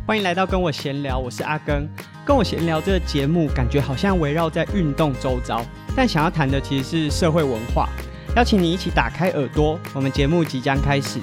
欢迎来到跟我闲聊，我是阿耕。跟我闲聊这个节目，感觉好像围绕在运动周遭，但想要谈的其实是社会文化。邀请你一起打开耳朵，我们节目即将开始。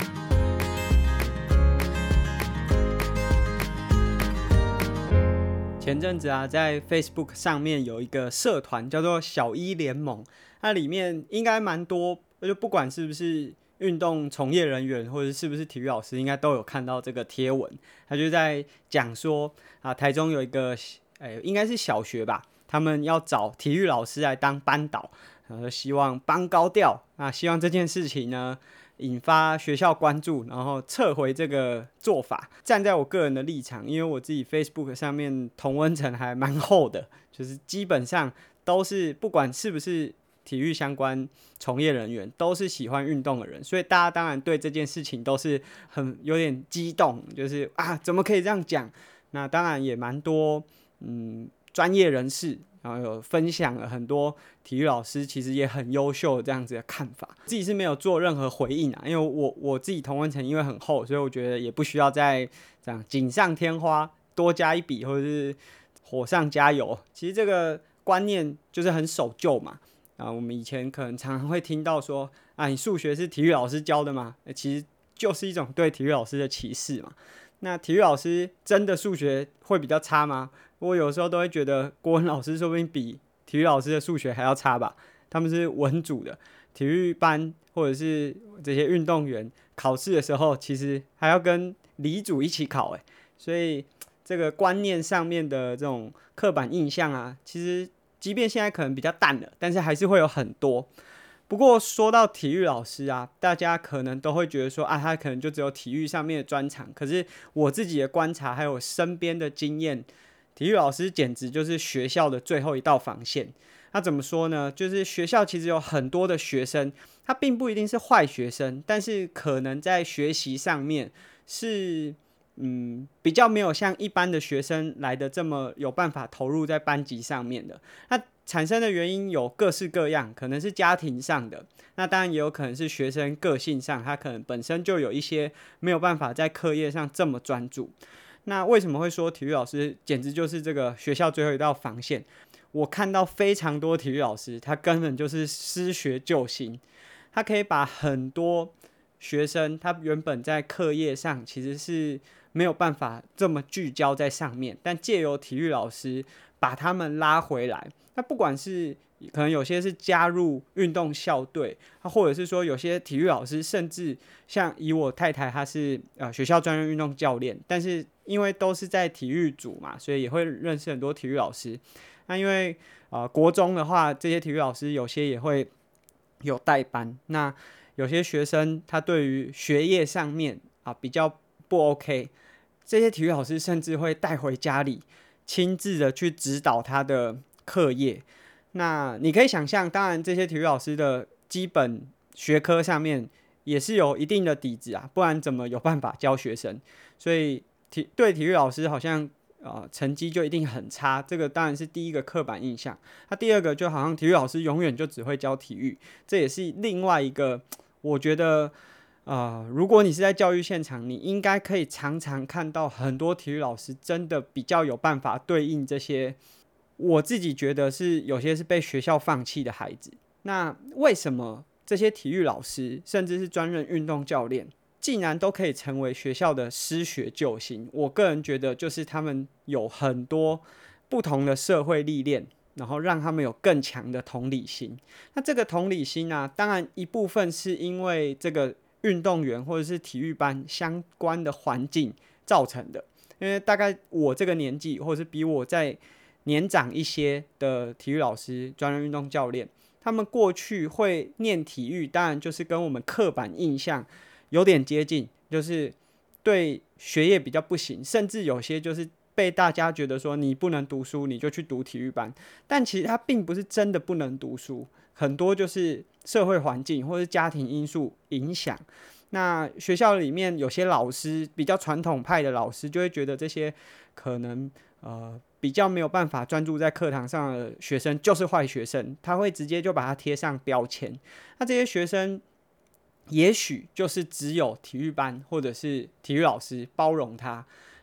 前阵子啊，在 Facebook 上面有一个社团叫做小一联盟，那里面应该蛮多，就不管是不是运动从业人员或者是不是体育老师，应该都有看到这个贴文。他就在讲说啊，台中有一个应该是小学吧，他们要找体育老师来当班导，希望帮高调啊，希望这件事情呢引发学校关注，然后撤回这个做法。站在我个人的立场，因为我自己 Facebook 上面同温层还蛮厚的，就是基本上都是不管是不是体育相关从业人员，都是喜欢运动的人，所以大家当然对这件事情都是有点激动，就是啊怎么可以这样讲？那当然也蛮多专业人士，然后有分享了很多体育老师其实也很优秀这样子的看法。自己是没有做任何回应啊，因为我自己同温层因为很厚，所以我觉得也不需要再这样锦上添花，多加一笔或者是火上加油。其实这个观念就是很守旧嘛。我们以前可能常常会听到说啊，你数学是体育老师教的吗？其实就是一种对体育老师的歧视嘛。那体育老师真的数学会比较差吗？我有时候都会觉得国文老师说不定比体育老师的数学还要差吧。他们是文组的，体育班或者是这些运动员考试的时候，其实还要跟理组一起考，所以这个观念上面的这种刻板印象啊，其实即便现在可能比较淡了，但是还是会有很多。不过说到体育老师啊，大家可能都会觉得说啊，他可能就只有体育上面的专长。可是我自己的观察还有我身边的经验，体育老师简直就是学校的最后一道防线。那怎么说呢？就是学校其实有很多的学生，他并不一定是坏学生，但是可能在学习上面是比较没有像一般的学生来的这么有办法投入在班级上面的。那产生的原因有各式各样，可能是家庭上的，那当然也有可能是学生个性上，他可能本身就有一些没有办法在课业上这么专注。那为什么会说体育老师简直就是这个学校最后一道防线？我看到非常多体育老师，他根本就是失学救星，他可以把很多学生他原本在课业上其实是没有办法这么聚焦在上面，但借由体育老师把他们拉回来。那不管是可能有些是加入运动校队，或者是说有些体育老师甚至像以我太太，她是学校专任运动教练，但是因为都是在体育组嘛，所以也会认识很多体育老师。那因为国中的话，这些体育老师有些也会有带班，那有些学生他对于学业上面比较不 OK， 这些体育老师甚至会带回家里，亲自的去指导他的课业。那你可以想象，当然这些体育老师的基本学科上面也是有一定的底子啊，不然怎么有办法教学生？所以对体育老师好像成绩就一定很差，这个当然是第一个刻板印象。那第二个就好像体育老师永远就只会教体育，这也是另外一个我觉得如果你是在教育现场，你应该可以常常看到很多体育老师真的比较有办法对应这些，我自己觉得是有些是被学校放弃的孩子。那为什么这些体育老师甚至是专任运动教练竟然都可以成为学校的失学救星？我个人觉得就是他们有很多不同的社会历练，然后让他们有更强的同理心。那这个同理心啊，当然一部分是因为这个运动员或者是体育班相关的环境造成的。因为大概我这个年纪，或者是比我在年长一些的体育老师、专任运动教练，他们过去会念体育，当然就是跟我们刻板印象有点接近，就是对学业比较不行，甚至有些就是被大家觉得说你不能读书，你就去读体育班。但其实他并不是真的不能读书，很多就是社会环境或是家庭因素影响。那学校里面有些老师比较传统派的老师，就会觉得这些可能比较没有办法专注在课堂上的学生就是坏学生，他会直接就把他贴上标签。那这些学生也许就是只有体育班或者是体育老师包容他，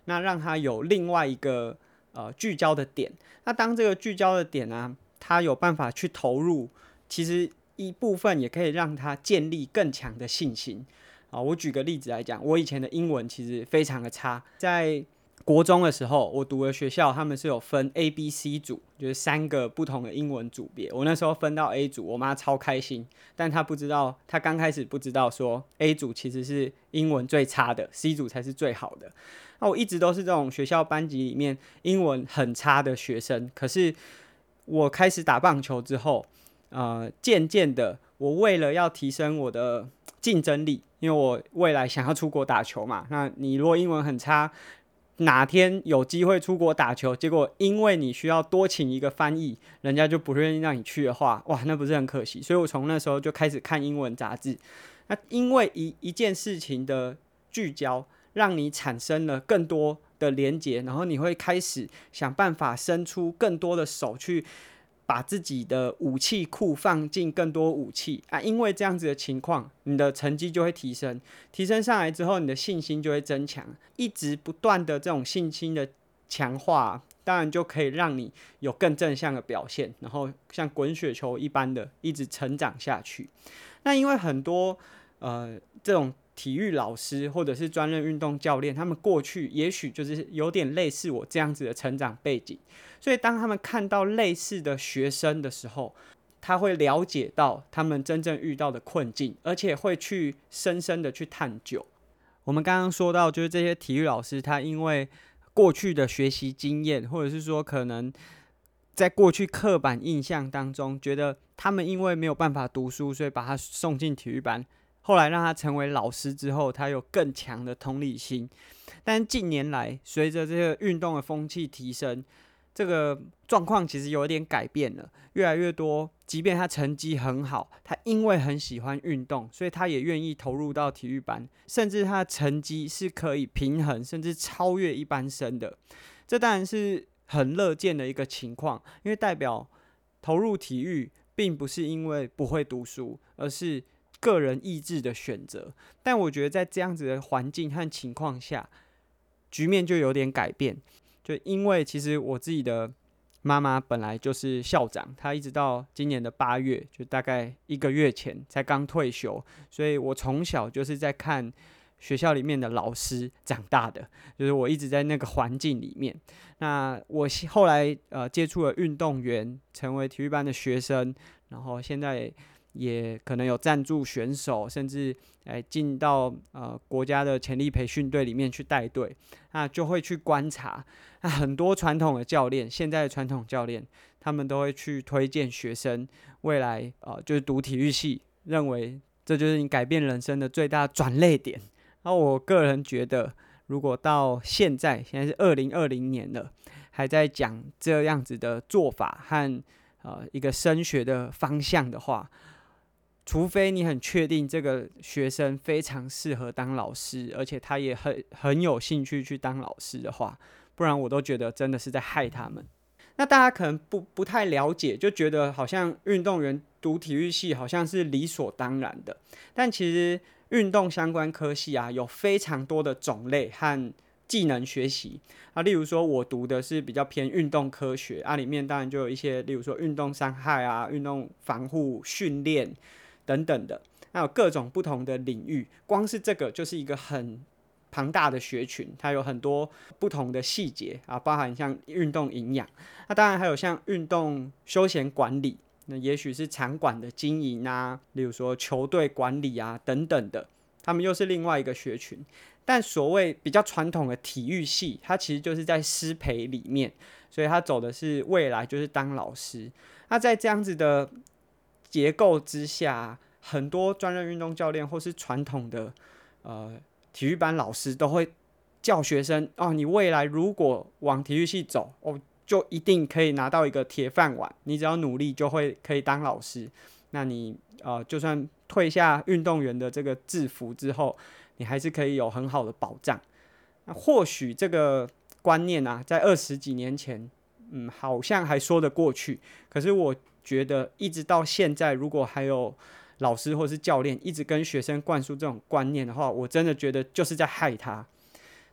那让他有另外一个聚焦的点。那当这个聚焦的点啊，他有办法去投入，其实一部分也可以让他建立更强的信心。我举个例子来讲，我以前的英文其实非常的差，在国中的时候，我读的学校他们是有分 A、B、C 组，就是3个不同的英文组别。我那时候分到 A 组，我妈超开心，但她不知道，她刚开始不知道说 A 组其实是英文最差的，C 组才是最好的。那我一直都是这种学校班级里面英文很差的学生，可是我开始打棒球之后，渐渐的，我为了要提升我的竞争力，因为我未来想要出国打球嘛，那你如果英文很差，哪天有机会出国打球，结果因为你需要多请一个翻译，人家就不愿意让你去的话，哇，那不是很可惜？所以我从那时候就开始看英文杂志。那因为一件事情的聚焦，让你产生了更多的连结，然后你会开始想办法伸出更多的手去把自己的武器库放进更多武器啊，因为这样子的情况，你的成绩就会提升，提升上来之后，你的信心就会增强，一直不断的这种信心的强化，当然就可以让你有更正向的表现，然后像滚雪球一般的一直成长下去。那因为很多这种体育老师或者是专任运动教练，他们过去也许就是有点类似我这样子的成长背景，所以当他们看到类似的学生的时候，他会了解到他们真正遇到的困境，而且会去深深的去探究。我们刚刚说到，就是这些体育老师，他因为过去的学习经验，或者是说可能在过去刻板印象当中，觉得他们因为没有办法读书，所以把他送进体育班。后来让他成为老师之后，他有更强的同理心。但近年来，随着这个运动的风气提升，这个状况其实有点改变了。越来越多，即便他成绩很好，他因为很喜欢运动，所以他也愿意投入到体育班，甚至他的成绩是可以平衡，甚至超越一般生的。这当然是很乐见的一个情况，因为代表投入体育并不是因为不会读书，而是个人意志的选择。但我觉得在这样子的环境和情况下，局面就有点改变。就因为其实我自己的妈妈本来就是校长，她一直到今年的8月，就大概1个月前才刚退休，所以我从小就是在看学校里面的老师长大的，就是我一直在那个环境里面。那我后来接触了运动员，成为体育班的学生，然后现在也可能有赞助选手，甚至进到国家的潜力培训队里面去带队，那就会去观察。那很多传统的教练，现在的传统教练，他们都会去推荐学生未来就是读体育系，认为这就是你改变人生的最大转捩点。然后我个人觉得，如果到现在是2020年了，还在讲这样子的做法和一个升学的方向的话，除非你很确定这个学生非常适合当老师，而且他也很有兴趣去当老师的话，不然我都觉得真的是在害他们。那大家可能不太了解，就觉得好像运动员读体育系好像是理所当然的，但其实运动相关科系啊，有非常多的种类和技能学习啊。例如说，我读的是比较偏运动科学啊，里面当然就有一些，例如说运动伤害啊、运动防护训练等等的，那有各种不同的领域。光是这个就是一个很庞大的学群，它有很多不同的细节啊，包含像运动营养，那当然还有像运动休闲管理，那也许是场馆的经营啊，例如说球队管理啊等等的，他们又是另外一个学群。但所谓比较传统的体育系，它其实就是在师培里面，所以它走的是未来就是当老师。那在这样子的结构之下，很多专任运动教练或是传统的体育班老师都会叫学生你未来如果往体育系走就一定可以拿到一个铁饭碗，你只要努力就会可以当老师。那你就算退下运动员的这个制服之后，你还是可以有很好的保障。那或许这个观念啊，在20几年前，好像还说得过去。可是我觉得一直到现在，如果还有老师或是教练一直跟学生灌输这种观念的话，我真的觉得就是在害他。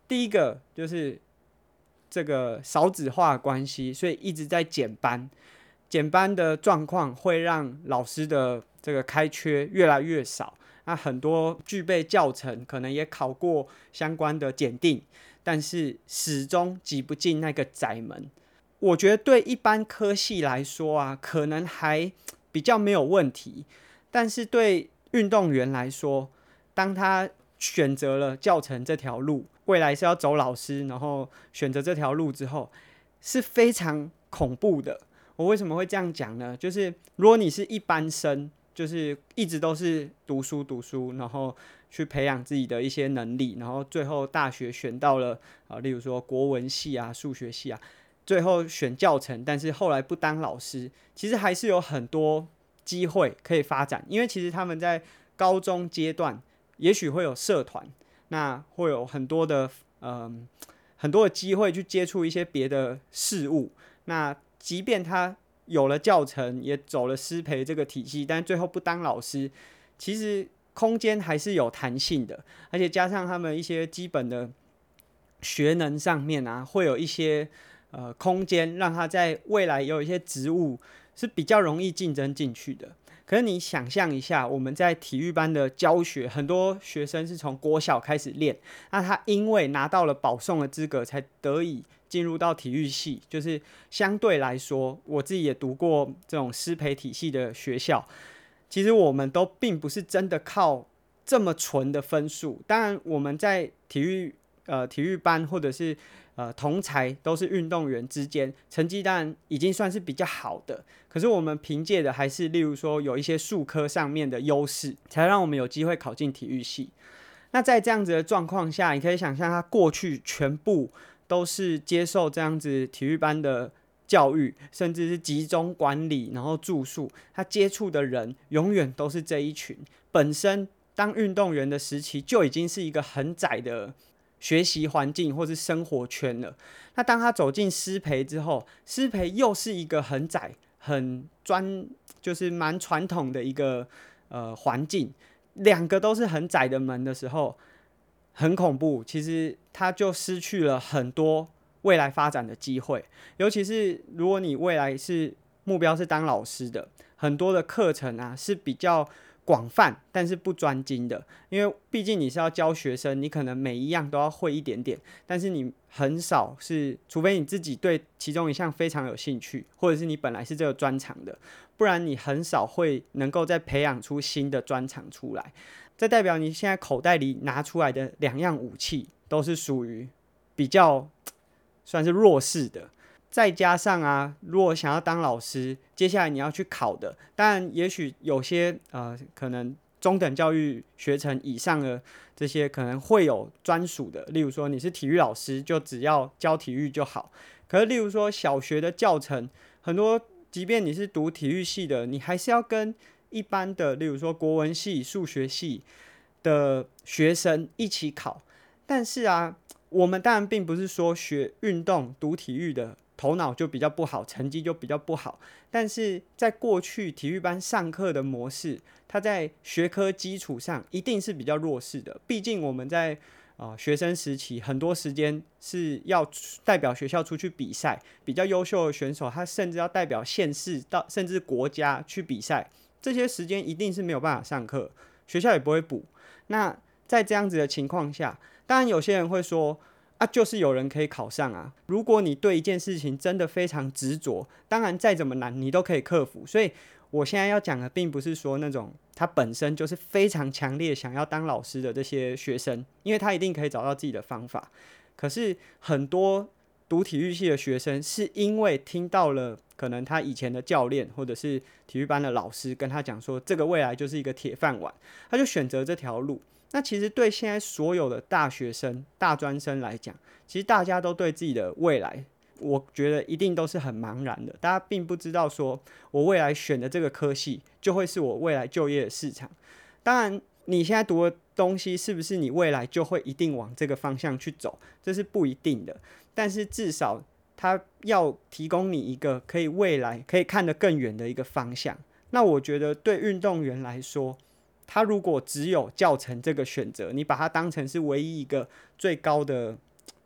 第一个就是这个少子化关系，所以一直在减班。减班的状况会让老师的这个开缺越来越少。那很多具备教程，可能也考过相关的检定，但是始终挤不进那个窄门。我觉得对一般科系来说啊，可能还比较没有问题，但是对运动员来说，当他选择了教程这条路，未来是要走老师，然后选择这条路之后，是非常恐怖的。我为什么会这样讲呢？就是如果你是一般生，就是一直都是读书，然后去培养自己的一些能力，然后最后大学选到了例如说国文系啊、数学系啊，最后选教程，但是后来不当老师，其实还是有很多机会可以发展，因为其实他们在高中阶段也许会有社团，那会有很多的机会去接触一些别的事物。那即便他有了教程，也走了师培这个体系，但最后不当老师，其实空间还是有弹性的，而且加上他们一些基本的学能上面啊，会有一些空间，让他在未来有一些职务是比较容易竞争进去的。可是你想象一下，我们在体育班的教学，很多学生是从国小开始练，那他因为拿到了保送的资格，才得以进入到体育系。就是相对来说，我自己也读过这种师培体系的学校，其实我们都并不是真的靠这么纯的分数。当然，我们在体育班或者是同才都是运动员之间，成绩当然已经算是比较好的。可是我们凭借的还是，例如说有一些术科上面的优势，才让我们有机会考进体育系。那在这样子的状况下，你可以想象他过去全部都是接受这样子体育班的教育，甚至是集中管理，然后住宿，他接触的人永远都是这一群。本身当运动员的时期就已经是一个很窄的学习环境或是生活圈了。那当他走进师培之后，师培又是一个很窄、就是蛮传统的一个环境，两个都是很窄的门的时候，很恐怖。其实他就失去了很多未来发展的机会，尤其是如果你未来是目标是当老师的，很多的课程啊是比较广泛，但是不专精的，因为毕竟你是要教学生，你可能每一样都要会一点点，但是你很少是，除非你自己对其中一项非常有兴趣，或者是你本来是这个专长的，不然你很少会能够再培养出新的专长出来。这代表你现在口袋里拿出来的两样武器都是属于比较算是弱势的。再加上啊，如果想要当老师，接下来你要去考的，当然也许有些可能中等教育学程以上的这些可能会有专属的，例如说你是体育老师，就只要教体育就好。可是例如说小学的教程，很多即便你是读体育系的，你还是要跟一般的，例如说国文系、数学系的学生一起考。但是啊，我们当然并不是说学运动、读体育的头脑就比较不好，成绩就比较不好。但是在过去体育班上课的模式，它在学科基础上一定是比较弱势的。毕竟我们在学生时期很多时间是要代表学校出去比赛，比较优秀的选手他甚至要代表县市到甚至国家去比赛，这些时间一定是没有办法上课，学校也不会补。那在这样子的情况下，当然有些人会说啊，就是有人可以考上啊。如果你对一件事情真的非常执着，当然再怎么难你都可以克服。所以我现在要讲的并不是说那种他本身就是非常强烈想要当老师的这些学生，因为他一定可以找到自己的方法。可是很多读体育系的学生是因为听到了可能他以前的教练或者是体育班的老师跟他讲说这个未来就是一个铁饭碗，他就选择这条路。那其实对现在所有的大学生、大专生来讲，其实大家都对自己的未来，我觉得一定都是很茫然的。大家并不知道说我未来选的这个科系就会是我未来就业的市场。当然，你现在读的东西是不是你未来就会一定往这个方向去走，这是不一定的。但是至少它要提供你一个可以未来可以看得更远的一个方向。那我觉得对运动员来说，他如果只有教程这个选择，你把它当成是唯一一个最高的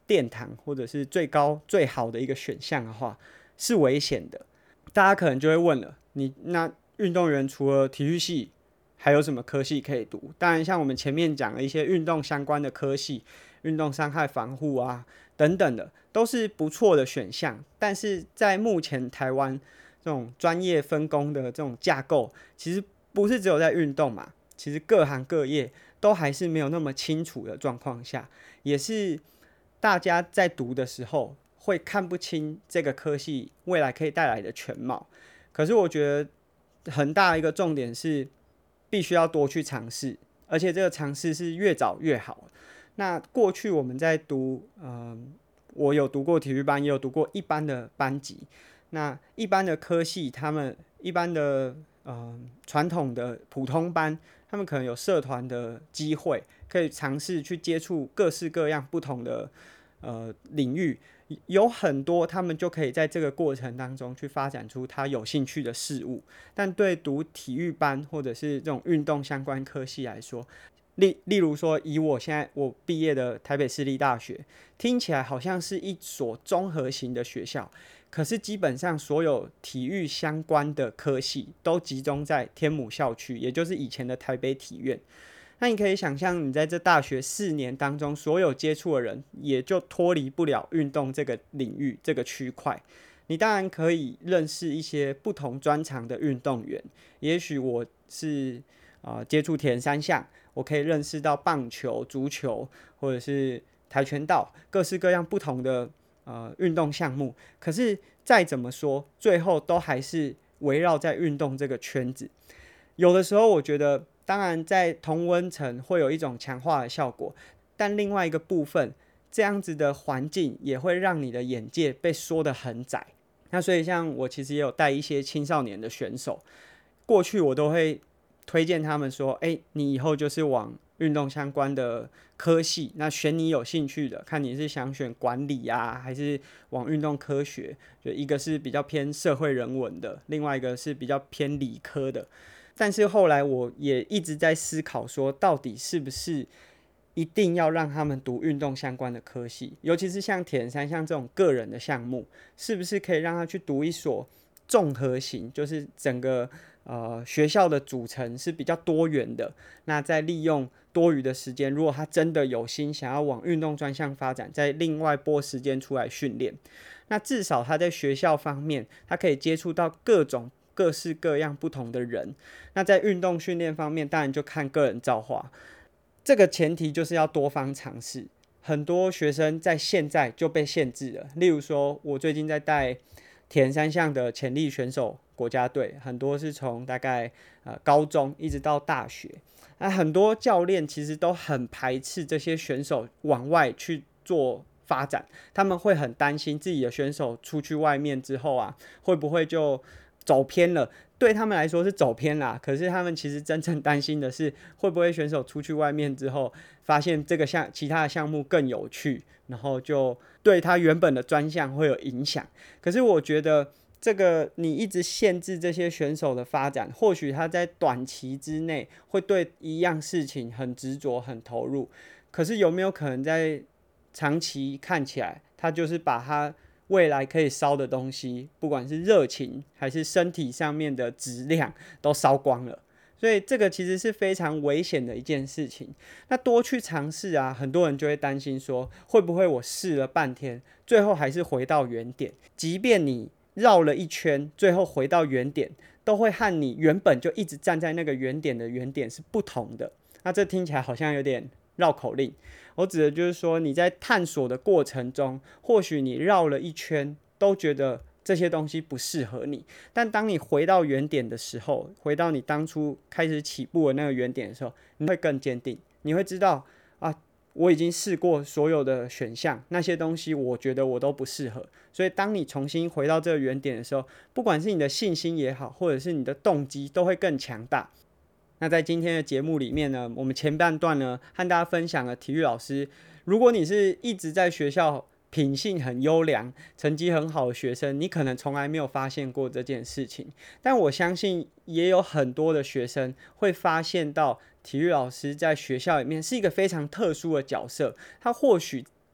殿堂或者是最高最好的一个选项的话，是危险的。大家可能就会问了，那运动员除了体育系，还有什么科系可以读？当然，像我们前面讲的一些运动相关的科系，运动伤害防护啊等等的，都是不错的选项。但是在目前台湾这种专业分工的这种架构，其实不是只有在运动嘛，其实各行各业都还是没有那么清楚的状况下，也是大家在读的时候会看不清这个科系未来可以带来的全貌。可是我觉得很大一个重点是，必须要多去尝试，而且这个尝试是越早越好。那过去我们在读，我有读过体育班，也有读过一般的班级。那一般的科系，他们一般的传统的普通班，他们可能有社团的机会，可以尝试去接触各式各样不同的领域，有很多他们就可以在这个过程当中去发展出他有兴趣的事物。但对读体育班或者是这种运动相关科系来说，例如说，以我毕业的台北市立大学，听起来好像是一所综合型的学校，可是基本上所有体育相关的科系都集中在天母校区，也就是以前的台北体院。那你可以想象，你在这大学4年当中，所有接触的人也就脱离不了运动这个领域这个区块。你当然可以认识一些不同专长的运动员，也许我是接触铁人三项，我可以认识到棒球、足球或者是跆拳道，各式各样不同的运动项目。可是再怎么说，最后都还是围绕在运动这个圈子。有的时候我觉得，当然在同温层会有一种强化的效果，但另外一个部分，这样子的环境也会让你的眼界被缩得很窄。那所以像我其实也有带一些青少年的选手，过去我都会推荐他们说，你以后就是往运动相关的科系，那选你有兴趣的，看你是想选管理啊，还是往运动科学，就一个是比较偏社会人文的，另外一个是比较偏理科的。但是后来我也一直在思考说，到底是不是一定要让他们读运动相关的科系，尤其是像铁人三项这种个人的项目，是不是可以让他去读一所综合型，就是整个学校的组成是比较多元的。那在利用多余的时间，如果他真的有心想要往运动专项发展，再另外拨时间出来训练，那至少他在学校方面，他可以接触到各式各样不同的人。那在运动训练方面，当然就看个人造化。这个前提就是要多方尝试。很多学生在现在就被限制了，例如说，我最近在带铁人三项的潜力选手国家队，很多是从大概高中一直到大学。那很多教练其实都很排斥这些选手往外去做发展，他们会很担心自己的选手出去外面之后啊，会不会就走偏了。对他们来说是走偏啦，可是他们其实真正担心的是，会不会选手出去外面之后，发现这个其他的项目更有趣，然后就对他原本的专项会有影响。可是我觉得，这个你一直限制这些选手的发展，或许他在短期之内会对一样事情很执着、很投入，可是有没有可能在长期看起来，他就是把他未来可以烧的东西，不管是热情还是身体上面的质量，都烧光了。所以这个其实是非常危险的一件事情。那多去尝试啊，很多人就会担心说，会不会我试了半天，最后还是回到原点？即便你绕了一圈，最后回到原点，都会和你原本就一直站在那个原点的原点是不同的。那这听起来好像有点绕口令。我指的就是说，你在探索的过程中，或许你绕了一圈，都觉得这些东西不适合你，但当你回到原点的时候，回到你当初开始起步的那个原点的时候，你会更坚定，你会知道啊，我已经试过所有的选项，那些东西我觉得我都不适合。所以当你重新回到这个原点的时候，不管是你的信心也好，或者是你的动机，都会更强大。那在今天的节目里面呢，我们前半段呢和大家分享了体育老师，如果你是一直在学校品性很优良、成绩很好的学生，你可能从来没有发现过这件事情。但我相信也有很多的学生会发现到，体育老师在学校里面是一个非常特殊的角色，他或许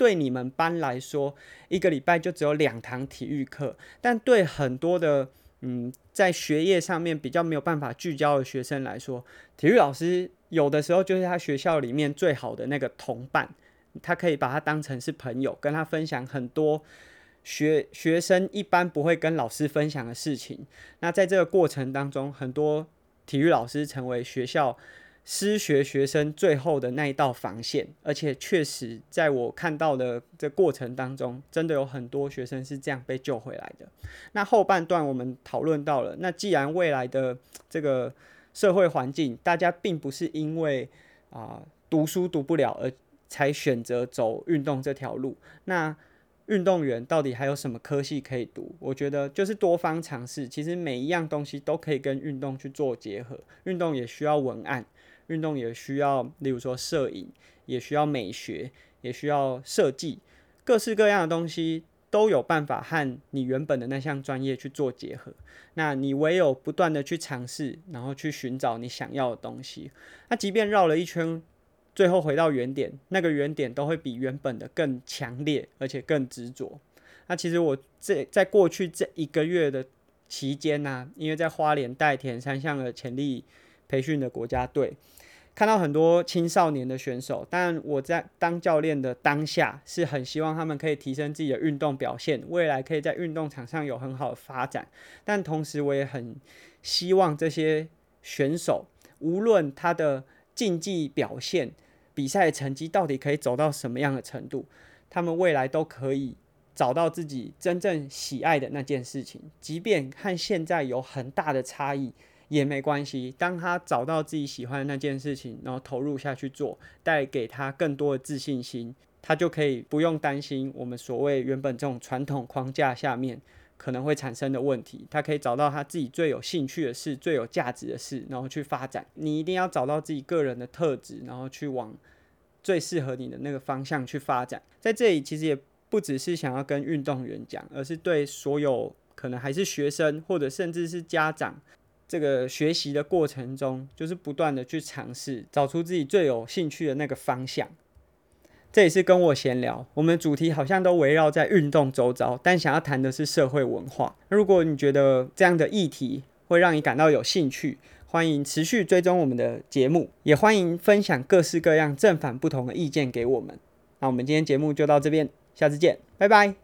对你们班来说，一个礼拜就只有2堂体育课，但对很多的在学业上面比较没有办法聚焦的学生来说，体育老师有的时候就是他学校里面最好的那个同伴，他可以把他当成是朋友，跟他分享很多学生一般不会跟老师分享的事情。那在这个过程当中，很多体育老师成为学校失学学生最后的那一道防线，而且确实在我看到的这过程当中，真的有很多学生是这样被救回来的。那后半段我们讨论到了，那既然未来的这个社会环境，大家并不是因为读书读不了而才选择走运动这条路，那运动员到底还有什么科系可以读？我觉得就是多方尝试，其实每一样东西都可以跟运动去做结合。运动也需要文案，运动也需要，例如说摄影，也需要美学，也需要设计，各式各样的东西都有办法和你原本的那项专业去做结合。那你唯有不断的去尝试，然后去寻找你想要的东西。那即便绕了一圈，最后回到原点，那个原点都会比原本的更强烈，而且更执着。那其实我在过去这1个月的期间因为在花莲带田3项的潜力培训的国家队，看到很多青少年的选手，但我在当教练的当下，是很希望他们可以提升自己的运动表现，未来可以在运动场上有很好的发展。但同时，我也很希望这些选手，无论他的竞技表现、比赛成绩到底可以走到什么样的程度，他们未来都可以找到自己真正喜爱的那件事情，即便和现在有很大的差异也没关系。当他找到自己喜欢的那件事情，然后投入下去做，带给他更多的自信心，他就可以不用担心我们所谓原本这种传统框架下面可能会产生的问题。他可以找到他自己最有兴趣的事、最有价值的事，然后去发展。你一定要找到自己个人的特质，然后去往最适合你的那个方向去发展。在这里其实也不只是想要跟运动员讲，而是对所有可能还是学生或者甚至是家长，这个学习的过程中，就是不断的去尝试，找出自己最有兴趣的那个方向。这也是跟我闲聊，我们主题好像都围绕在运动周遭，但想要谈的是社会文化。如果你觉得这样的议题会让你感到有兴趣，欢迎持续追踪我们的节目，也欢迎分享各式各样正反不同的意见给我们。那我们今天节目就到这边，下次见，拜拜。